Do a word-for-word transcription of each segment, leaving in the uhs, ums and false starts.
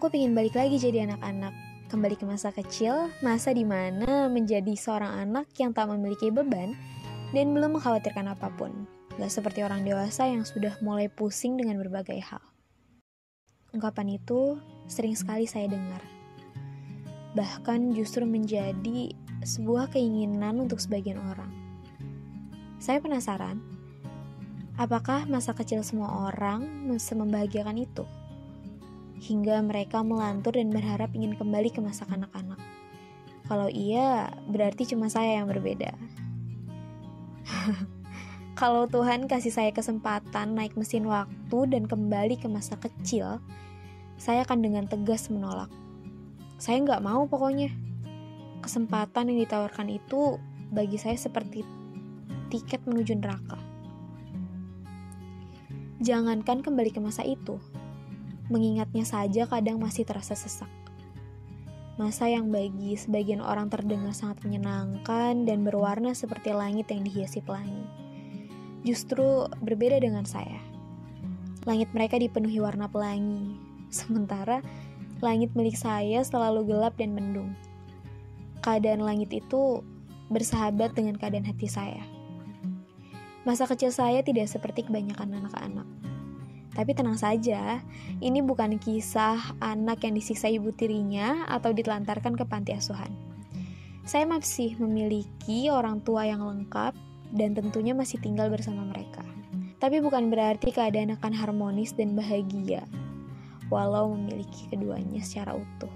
Aku pengen balik lagi jadi anak-anak, kembali ke masa kecil, masa dimana menjadi seorang anak yang tak memiliki beban dan belum mengkhawatirkan apapun. Gak seperti orang dewasa yang sudah mulai pusing dengan berbagai hal. Ungkapan itu sering sekali saya dengar. Bahkan justru menjadi sebuah keinginan untuk sebagian orang. Saya penasaran, apakah masa kecil semua orang membahagiakan itu? Hingga mereka melantur dan berharap ingin kembali ke masa kanak-kanak. Kalau iya, berarti cuma saya yang berbeda. Kalau Tuhan kasih saya kesempatan naik mesin waktu dan kembali ke masa kecil, saya akan dengan tegas menolak. Saya nggak mau pokoknya. Kesempatan yang ditawarkan itu bagi saya seperti tiket menuju neraka. Jangankan kembali ke masa itu, mengingatnya saja kadang masih terasa sesak. Masa yang bagi sebagian orang terdengar sangat menyenangkan dan berwarna seperti langit yang dihiasi pelangi. Justru berbeda dengan saya. Langit mereka dipenuhi warna pelangi, sementara langit milik saya selalu gelap dan mendung. Keadaan langit itu bersahabat dengan keadaan hati saya. Masa kecil saya tidak seperti kebanyakan anak-anak. Tapi tenang saja, ini bukan kisah anak yang disiksa ibu tirinya atau ditelantarkan ke panti asuhan. Saya masih memiliki orang tua yang lengkap dan tentunya masih tinggal bersama mereka. Tapi bukan berarti keadaan akan harmonis dan bahagia, walau memiliki keduanya secara utuh.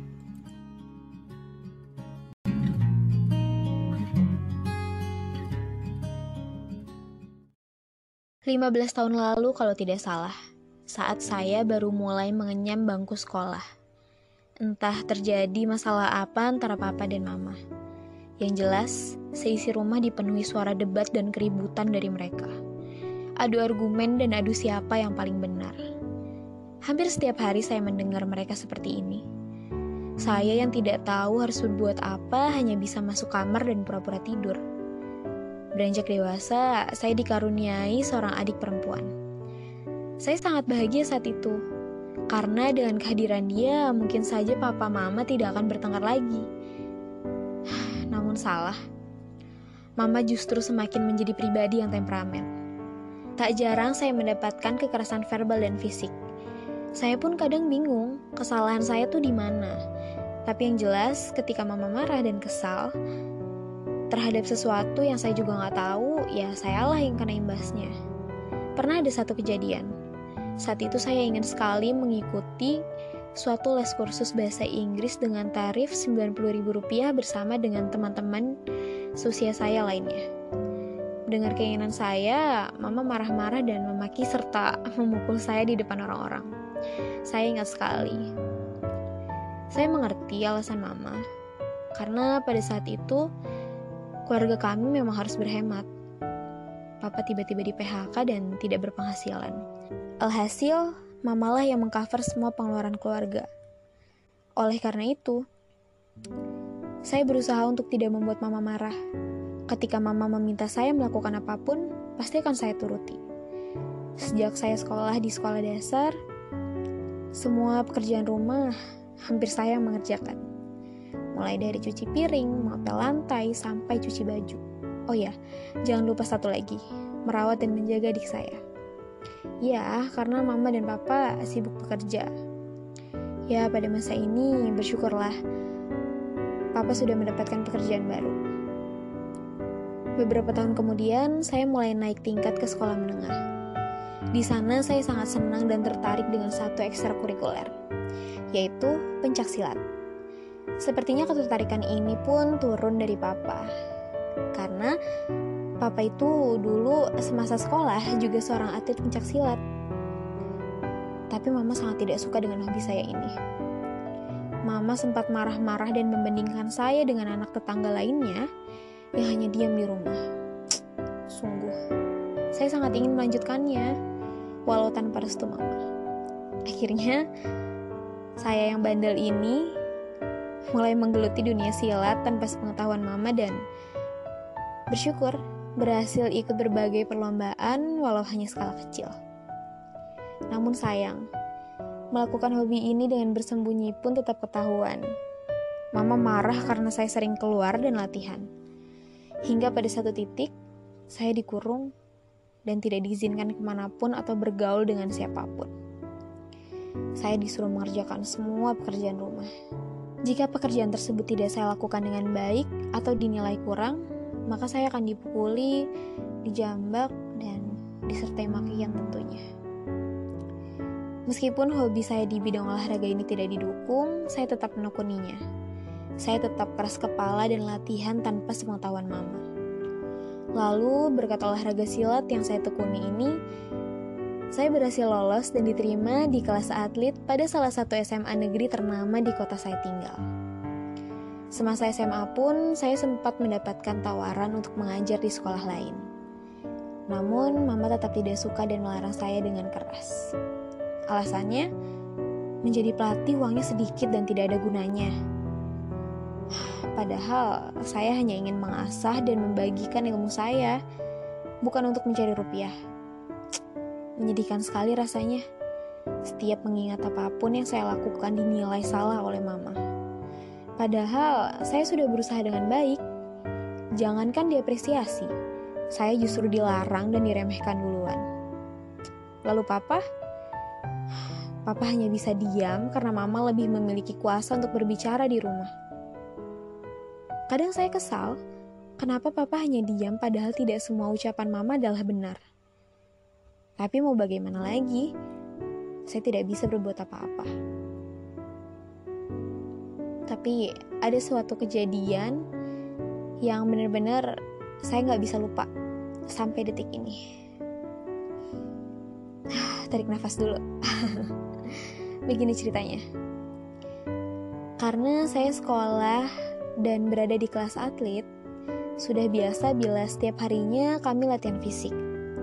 lima belas tahun lalu kalau tidak salah, saat saya baru mulai mengenyam bangku sekolah. Entah terjadi masalah apa antara papa dan mama. Yang jelas, seisi rumah dipenuhi suara debat dan keributan dari mereka. Adu argumen dan adu siapa yang paling benar. Hampir setiap hari saya mendengar mereka seperti ini. Saya yang tidak tahu harus berbuat apa hanya bisa masuk kamar dan pura-pura tidur. Beranjak dewasa, saya dikaruniai seorang adik perempuan. Saya sangat bahagia saat itu, karena dengan kehadiran dia, mungkin saja papa mama tidak akan bertengkar lagi. Namun salah, mama justru semakin menjadi pribadi yang temperamen. Tak jarang saya mendapatkan kekerasan verbal dan fisik. Saya pun kadang bingung, kesalahan saya tuh di mana. Tapi yang jelas, ketika mama marah dan kesal terhadap sesuatu yang saya juga nggak tahu, ya sayalah yang kena imbasnya. Pernah ada satu kejadian. Saat itu saya ingin sekali mengikuti suatu les kursus bahasa Inggris dengan tarif sembilan puluh ribu rupiah bersama dengan teman-teman seusia saya lainnya. Mendengar keinginan saya, mama marah-marah dan memaki serta memukul saya di depan orang-orang. Saya ingat sekali. Saya mengerti alasan mama, karena pada saat itu keluarga kami memang harus berhemat. Papa tiba-tiba di P H K dan tidak berpenghasilan. Alhasil, mamalah yang mengcover semua pengeluaran keluarga. Oleh karena itu, saya berusaha untuk tidak membuat mama marah. Ketika mama meminta saya melakukan apapun, pasti akan saya turuti. Sejak saya sekolah di sekolah dasar, semua pekerjaan rumah hampir saya yang mengerjakan. Mulai dari cuci piring, mengepel lantai, sampai cuci baju. Oh ya, jangan lupa satu lagi, merawat dan menjaga adik saya. Ya, karena mama dan papa sibuk bekerja. Ya, pada masa ini bersyukurlah, papa sudah mendapatkan pekerjaan baru. Beberapa tahun kemudian, saya mulai naik tingkat ke sekolah menengah. Di sana saya sangat senang dan tertarik dengan satu ekstrakurikuler, yaitu pencaksilat. Sepertinya ketertarikan ini pun turun dari papa. Karena papa itu dulu semasa sekolah juga seorang atlet pencaksilat. Tapi mama sangat tidak suka dengan hobi saya ini. Mama sempat marah-marah dan membandingkan saya dengan anak tetangga lainnya yang hanya diam di rumah. Sungguh, saya sangat ingin melanjutkannya, walau tanpa restu mama. Akhirnya, saya yang bandel ini mulai menggeluti dunia silat tanpa sepengetahuan mama dan bersyukur berhasil ikut berbagai perlombaan walau hanya skala kecil. Namun sayang, Melakukan hobi ini dengan bersembunyi pun tetap ketahuan. Mama marah karena saya sering keluar dan latihan. Hingga pada satu titik, saya dikurung dan tidak diizinkan kemanapun atau bergaul dengan siapapun. Saya disuruh mengerjakan semua pekerjaan rumah. Jika pekerjaan tersebut tidak saya lakukan dengan baik atau dinilai kurang, maka saya akan dipukuli, dijambak, dan disertai makian tentunya. Meskipun hobi saya di bidang olahraga ini tidak didukung, saya tetap menekuninya. Saya tetap keras kepala dan latihan tanpa sepengetahuan mama. Lalu, berkat olahraga silat yang saya tekuni ini, saya berhasil lolos dan diterima di kelas atlet pada salah satu S M A negeri ternama di kota saya tinggal. Semasa S M A pun, saya sempat mendapatkan tawaran untuk mengajar di sekolah lain. Namun, mama tetap tidak suka dan melarang saya dengan keras. Alasannya, menjadi pelatih uangnya sedikit dan tidak ada gunanya. Padahal, saya hanya ingin mengasah dan membagikan ilmu saya, bukan untuk mencari rupiah. Menyedihkan sekali rasanya. Setiap mengingat apapun yang saya lakukan dinilai salah oleh mama. Padahal saya sudah berusaha dengan baik. Jangankan diapresiasi, saya justru dilarang dan diremehkan duluan. Lalu papa? Papa hanya bisa diam karena mama lebih memiliki kuasa untuk berbicara di rumah. Kadang saya kesal, kenapa papa hanya diam padahal tidak semua ucapan mama adalah benar. Tapi mau bagaimana lagi? Saya tidak bisa berbuat apa-apa. Tapi ada suatu kejadian yang benar-benar saya nggak bisa lupa sampai detik ini. Tarik nafas dulu. Begini ceritanya. Karena saya sekolah dan berada di kelas atlet, sudah biasa bila setiap harinya kami latihan fisik.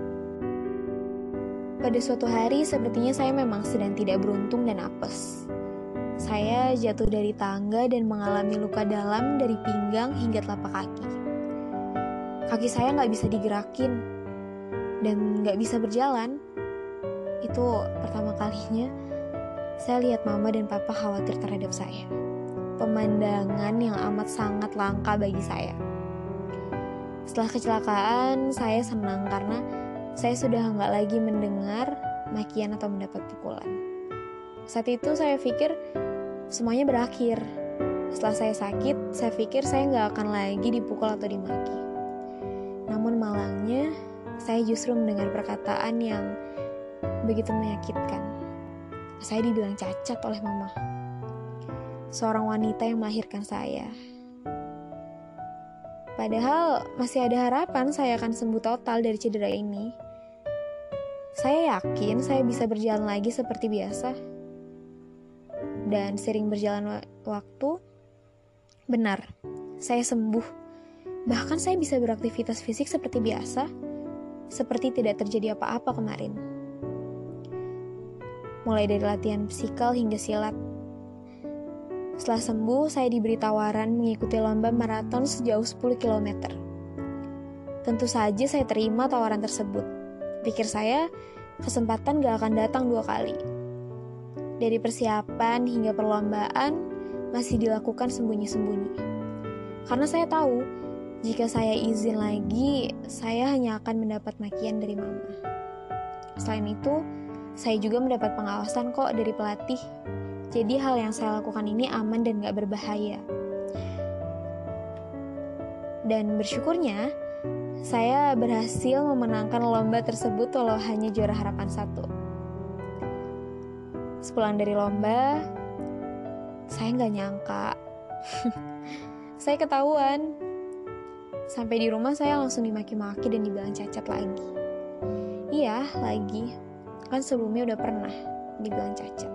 Pada suatu hari, sepertinya saya memang sedang tidak beruntung dan apes. Saya jatuh dari tangga dan mengalami luka dalam dari pinggang hingga telapak kaki. Kaki saya nggak bisa digerakin dan nggak bisa berjalan. Itu pertama kalinya saya lihat mama dan papa khawatir terhadap saya. Pemandangan yang amat sangat langka bagi saya. Setelah kecelakaan, saya senang karena saya sudah nggak lagi mendengar makian atau mendapat pukulan. Saat itu saya pikir semuanya berakhir. Setelah saya sakit, saya pikir saya nggak akan lagi dipukul atau dimaki. Namun malangnya, saya justru mendengar perkataan yang begitu menyakitkan. Saya dibilang cacat oleh mama. Seorang wanita yang melahirkan saya. Padahal masih ada harapan saya akan sembuh total dari cedera ini. Saya yakin saya bisa berjalan lagi seperti biasa. Dan sering berjalan waktu, benar, saya sembuh. Bahkan saya bisa beraktivitas fisik seperti biasa, seperti tidak terjadi apa-apa kemarin. Mulai dari latihan psikal hingga silat. Setelah sembuh, saya diberi tawaran mengikuti lomba maraton sejauh sepuluh kilometer. Tentu saja saya terima tawaran tersebut. Pikir saya, kesempatan gak akan datang dua kali. Dari persiapan hingga perlombaan, masih dilakukan sembunyi-sembunyi. Karena saya tahu, jika saya izin lagi, saya hanya akan mendapat makian dari mama. Selain itu, saya juga mendapat pengawasan kok dari pelatih. Jadi hal yang saya lakukan ini aman dan gak berbahaya. Dan bersyukurnya, saya berhasil memenangkan lomba tersebut walau hanya juara harapan satu. Sepulang dari lomba, saya gak nyangka. Saya ketahuan. Sampai di rumah saya langsung dimaki-maki dan dibilang cacat lagi. Iya, lagi. Kan sebelumnya udah pernah dibilang cacat.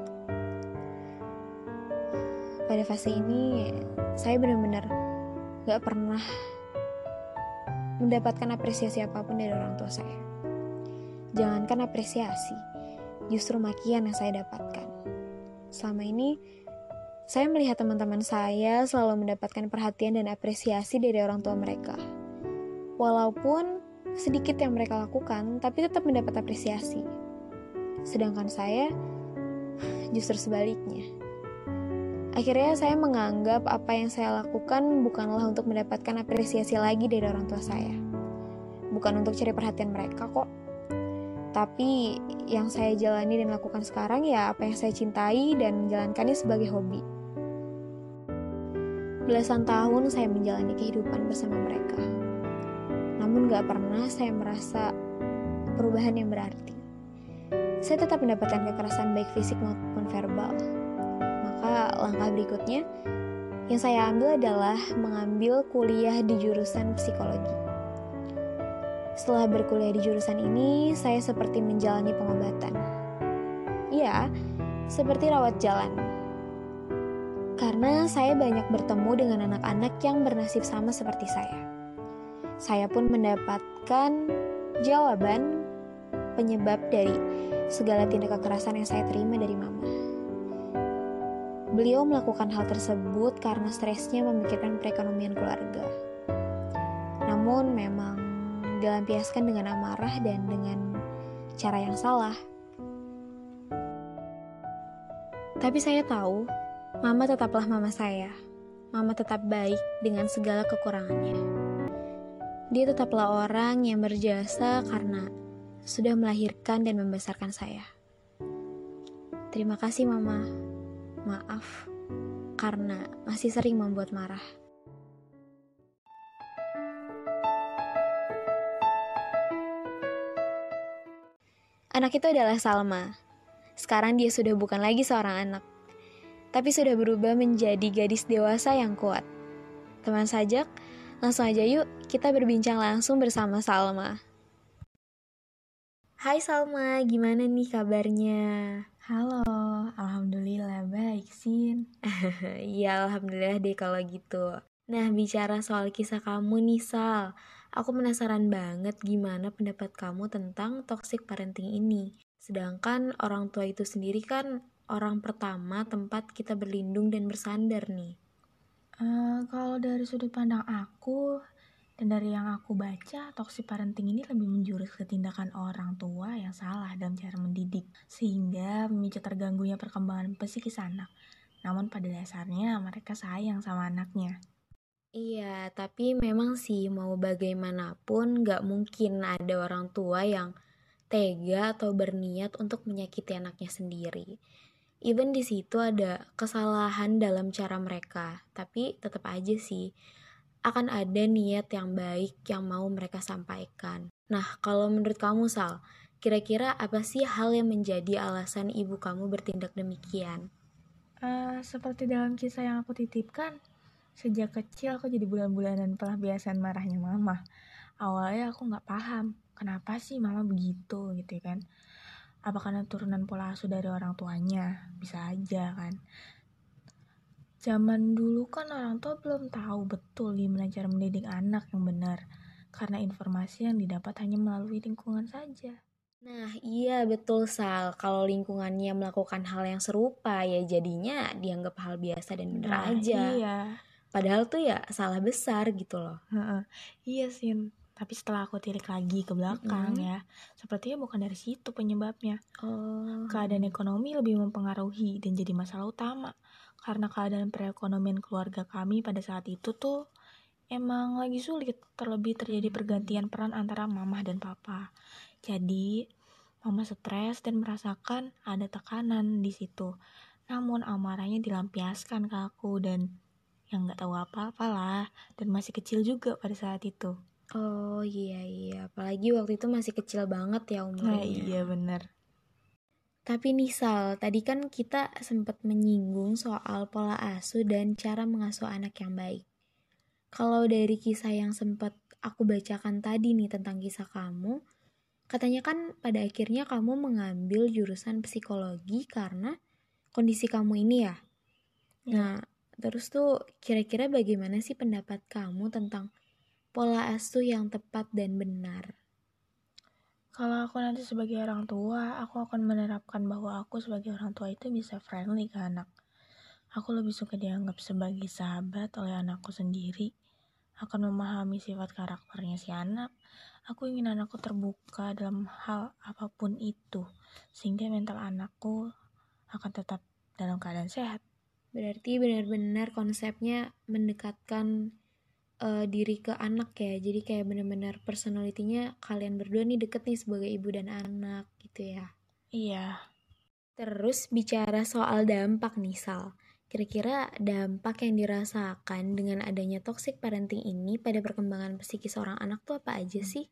Pada fase ini, saya benar-benar gak pernah mendapatkan apresiasi apapun dari orang tua saya. Jangankan apresiasi, justru makian yang saya dapatkan. Selama ini, saya melihat teman-teman saya selalu mendapatkan perhatian dan apresiasi dari orang tua mereka. Walaupun sedikit yang mereka lakukan, tapi tetap mendapat apresiasi. Sedangkan saya Justru sebaliknya. Akhirnya saya menganggap apa yang saya lakukan bukanlah untuk mendapatkan apresiasi lagi dari orang tua saya. Bukan untuk cari perhatian mereka kok. Tapi yang saya jalani dan lakukan sekarang ya apa yang saya cintai dan menjalankannya sebagai hobi. Belasan tahun saya menjalani kehidupan bersama mereka. Namun gak pernah saya merasa perubahan yang berarti. Saya tetap mendapatkan kekerasan baik fisik maupun verbal. Maka langkah berikutnya yang saya ambil adalah mengambil kuliah di jurusan psikologi. Setelah berkuliah di jurusan ini, saya seperti menjalani pengobatan. Iya, seperti rawat jalan. Karena saya banyak bertemu dengan anak-anak yang bernasib sama seperti saya. Saya pun mendapatkan jawaban penyebab dari segala tindak kekerasan yang saya terima dari mama. Beliau melakukan hal tersebut karena stresnya memikirkan perekonomian keluarga. Namun memang dilampiaskan dengan amarah dan dengan cara yang salah. Tapi saya tahu, mama tetaplah mama saya. Mama tetap baik dengan segala kekurangannya. Dia tetaplah orang yang berjasa karena sudah melahirkan dan membesarkan saya. Terima kasih mama. Maaf, karena masih sering membuat marah. Anak itu adalah Salma. Sekarang dia sudah bukan lagi seorang anak, tapi sudah berubah menjadi gadis dewasa yang kuat. Teman sajak, langsung aja yuk kita berbincang langsung bersama Salma. Hai Salma, gimana nih kabarnya? Halo, alhamdulillah baik, Sin. Iya, alhamdulillah deh kalau gitu. Nah, bicara soal kisah kamu nih, Sal. Aku penasaran banget gimana pendapat kamu tentang toxic parenting ini. Sedangkan orang tua itu sendiri kan orang pertama tempat kita berlindung dan bersandar nih. Uh, kalau dari sudut pandang aku, dan dari yang aku baca, toxic parenting ini lebih menjurus ke tindakan orang tua yang salah dalam cara mendidik, sehingga memicu terganggunya perkembangan psikis anak. Namun pada dasarnya mereka sayang sama anaknya. Iya, tapi memang sih mau bagaimanapun gak mungkin ada orang tua yang tega atau berniat untuk menyakiti anaknya sendiri. Even di situ ada kesalahan dalam cara mereka, tapi tetap aja sih akan ada niat yang baik yang mau mereka sampaikan. Nah, kalau menurut kamu, Sal, kira-kira apa sih hal yang menjadi alasan ibu kamu bertindak demikian? Uh, seperti dalam kisah yang aku titipkan, sejak kecil aku jadi bulan-bulanan pelampiasan marahnya mama. Awalnya aku gak paham, kenapa sih mama begitu gitu kan. Apa karena turunan pola asuh dari orang tuanya? Bisa aja kan. Zaman dulu kan orang tua belum tahu betul gimana cara mendidik anak yang benar, karena informasi yang didapat hanya melalui lingkungan saja. Nah iya betul Sal, kalau lingkungannya melakukan hal yang serupa ya jadinya dianggap hal biasa dan benar nah, aja. Iya. Padahal tuh ya salah besar gitu loh. He-he. Iya Sin, tapi setelah aku tilik lagi ke belakang mm-hmm. ya, sepertinya bukan dari situ penyebabnya. Oh. Keadaan ekonomi lebih mempengaruhi dan jadi masalah utama. Karena keadaan perekonomian keluarga kami pada saat itu tuh emang lagi sulit, terlebih terjadi pergantian peran antara mama dan papa. Jadi, mama stres dan merasakan ada tekanan di situ. Namun amarahnya dilampiaskan ke aku dan yang nggak tahu apa-apa lah, dan masih kecil juga pada saat itu. Oh iya iya, apalagi waktu itu masih kecil banget ya umurnya. Nah iya bener. Tapi nih Sal, tadi kan kita sempat menyinggung soal pola asuh dan cara mengasuh anak yang baik. Kalau dari kisah yang sempat aku bacakan tadi nih tentang kisah kamu, katanya kan pada akhirnya kamu mengambil jurusan psikologi karena kondisi kamu ini ya? Ya. Nah, terus tuh kira-kira bagaimana sih pendapat kamu tentang pola asuh yang tepat dan benar? Kalau aku nanti sebagai orang tua, aku akan menerapkan bahwa aku sebagai orang tua itu bisa friendly ke anak. Aku lebih suka dianggap sebagai sahabat oleh anakku sendiri. Akan memahami sifat karakternya si anak. Aku ingin anakku terbuka dalam hal apapun itu, sehingga mental anakku akan tetap dalam keadaan sehat. Berarti benar-benar konsepnya mendekatkan uh, diri ke anak ya. Jadi kayak benar-benar personalitinya kalian berdua nih deket nih sebagai ibu dan anak gitu ya. Iya. Terus bicara soal dampak nih Sal. Kira-kira dampak yang dirasakan dengan adanya toxic parenting ini pada perkembangan psikis seorang anak tuh apa aja sih?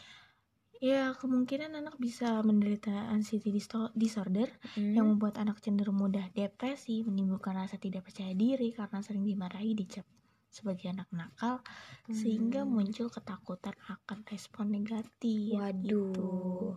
Ya, kemungkinan anak bisa menderita anxiety disorder hmm. yang membuat anak cenderung mudah depresi, menimbulkan rasa tidak percaya diri karena sering dimarahi, dicap sebagai anak nakal, hmm. sehingga muncul ketakutan akan respon negatif. Waduh. Gitu.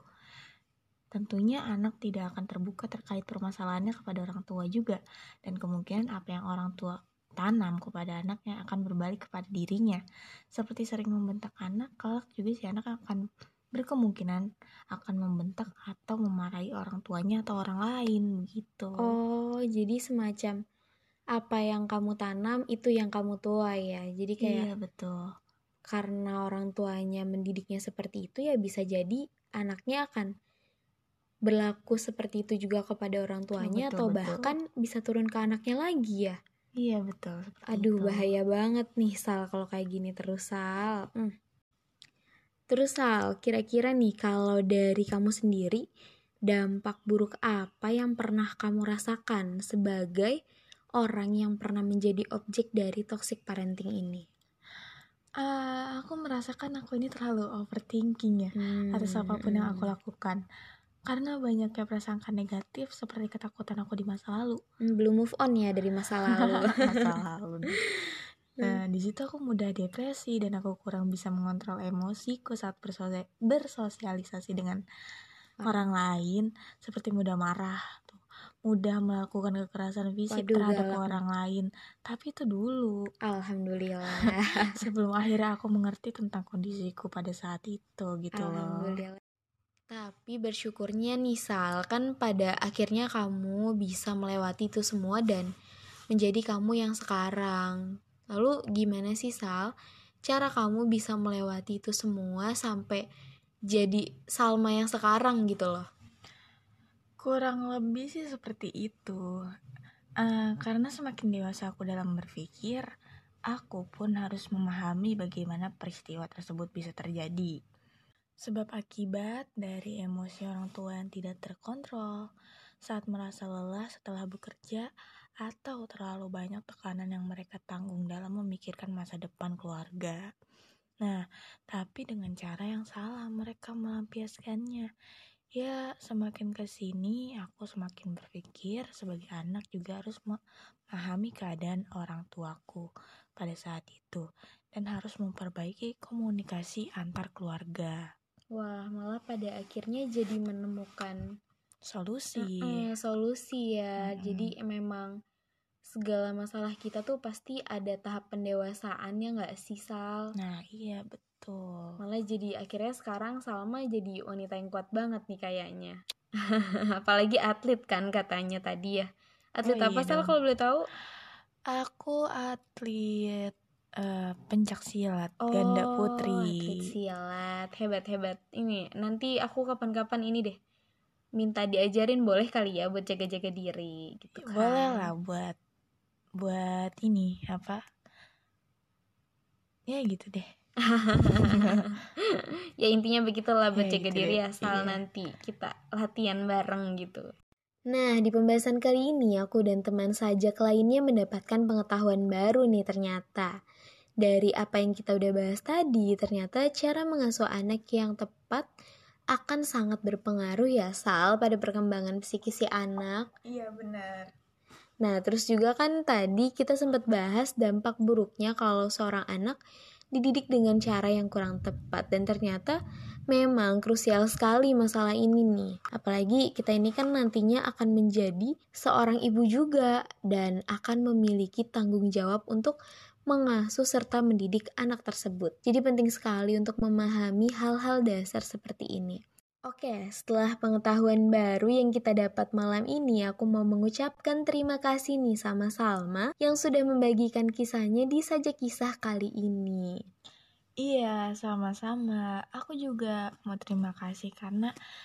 Tentunya anak tidak akan terbuka terkait permasalahannya kepada orang tua juga, dan kemungkinan apa yang orang tua tanam kepada anaknya akan berbalik kepada dirinya. Seperti sering membentak anak, kelak juga si anak akan berkemungkinan akan membentak atau memarahi orang tuanya atau orang lain begitu. Oh, jadi semacam apa yang kamu tanam itu yang kamu tuai ya. Jadi kayak iya, betul. Karena orang tuanya mendidiknya seperti itu ya bisa jadi anaknya akan berlaku seperti itu juga kepada orang tuanya, betul, atau betul. Bahkan bisa turun ke anaknya lagi ya. Iya, betul. Aduh, itu. bahaya banget nih Sal kalau kayak gini terus Sal. Hmm. Terus Sal, kira-kira nih kalau dari kamu sendiri, dampak buruk apa yang pernah kamu rasakan sebagai orang yang pernah menjadi objek dari toxic parenting ini? Uh, aku merasakan aku ini terlalu overthinking ya hmm, atas apapun hmm. yang aku lakukan. Karena banyaknya prasangka negatif seperti ketakutan aku di masa lalu. Hmm, belum move on ya dari masa lalu. masa lalu. Nah, di situ aku mudah depresi dan aku kurang bisa mengontrol emosiku saat bersosialisasi dengan ah. orang lain, seperti mudah marah, tuh, mudah melakukan kekerasan fisik Waduh, terhadap galak. orang lain. Tapi itu dulu. Alhamdulillah. Sebelum akhirnya aku mengerti tentang kondisiku pada saat itu gitu Alhamdulillah. loh. Tapi bersyukurnya nih Sal, kan pada akhirnya kamu bisa melewati itu semua dan menjadi kamu yang sekarang. Lalu gimana sih Sal, cara kamu bisa melewati itu semua sampai jadi Salma yang sekarang gitu loh? Kurang lebih sih seperti itu. Uh, karena semakin dewasa aku dalam berpikir, aku pun harus memahami bagaimana peristiwa tersebut bisa terjadi. Sebab akibat dari emosi orang tua yang tidak terkontrol saat merasa lelah setelah bekerja atau terlalu banyak tekanan yang mereka tanggung dalam memikirkan masa depan keluarga. Nah, tapi dengan cara yang salah mereka melampiaskannya. Ya, semakin kesini aku semakin berpikir sebagai anak juga harus memahami keadaan orang tuaku pada saat itu dan harus memperbaiki komunikasi antar keluarga. Wah, malah pada akhirnya jadi menemukan solusi. Uh, uh, solusi ya. Mm-hmm. Jadi memang segala masalah kita tuh pasti ada tahap pendewasaannya gak sih Sal? Nah iya betul. Malah jadi akhirnya sekarang Salma jadi wanita yang kuat banget nih kayaknya. Apalagi atlet kan katanya tadi ya. Atlet oh, apa iya Sal kalau boleh tahu? Aku atlet uh, pencak silat oh, ganda putri. Atlet silat, hebat-hebat. Ini nanti aku kapan-kapan ini deh minta diajarin boleh kali ya buat jaga-jaga diri gitu kan. Boleh lah buat buat ini apa? Ya gitu deh. Ya intinya begitulah buat ya, jaga gitu diri deh. asal Iya. nanti kita latihan bareng gitu. Nah, di pembahasan kali ini aku dan teman sajak lainnya mendapatkan pengetahuan baru nih ternyata. Dari apa yang kita udah bahas tadi, ternyata cara mengasuh anak yang tepat akan sangat berpengaruh ya Sal pada perkembangan psikis si anak. Iya benar. Nah terus juga kan tadi kita sempat bahas dampak buruknya kalau seorang anak dididik dengan cara yang kurang tepat. Dan ternyata memang krusial sekali masalah ini nih. Apalagi kita ini kan nantinya akan menjadi seorang ibu juga dan akan memiliki tanggung jawab untuk mengasuh serta mendidik anak tersebut. Jadi penting sekali untuk memahami hal-hal dasar seperti ini. Oke, setelah pengetahuan baru yang kita dapat malam ini, aku mau mengucapkan terima kasih nih sama Salma yang sudah membagikan kisahnya di Sajak Kisah kali ini. Iya, sama-sama. Aku juga mau terima kasih karena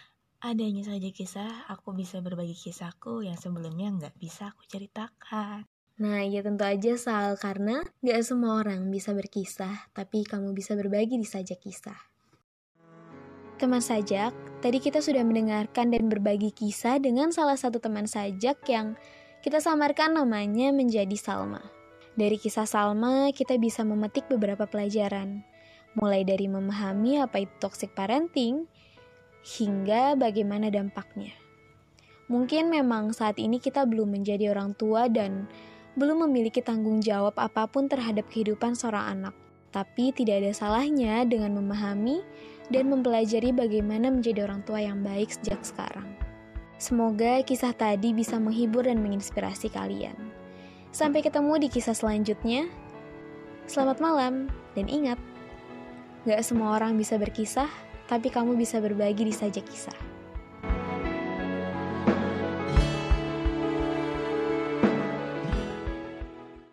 adanya saja kisah, aku bisa berbagi kisahku yang sebelumnya nggak bisa aku ceritakan. Nah, ya tentu aja Sal, karena gak semua orang bisa berkisah, tapi kamu bisa berbagi di Sajak Kisah. Teman Sajak, tadi kita sudah mendengarkan dan berbagi kisah dengan salah satu teman Sajak yang kita samarkan namanya menjadi Salma. Dari kisah Salma, kita bisa memetik beberapa pelajaran, mulai dari memahami apa itu toxic parenting, hingga bagaimana dampaknya. Mungkin memang saat ini kita belum menjadi orang tua dan belum memiliki tanggung jawab apapun terhadap kehidupan seorang anak. Tapi tidak ada salahnya dengan memahami dan mempelajari bagaimana menjadi orang tua yang baik sejak sekarang. Semoga kisah tadi bisa menghibur dan menginspirasi kalian. Sampai ketemu di kisah selanjutnya. Selamat malam, dan ingat, gak semua orang bisa berkisah, tapi kamu bisa berbagi di Sajak Kisah.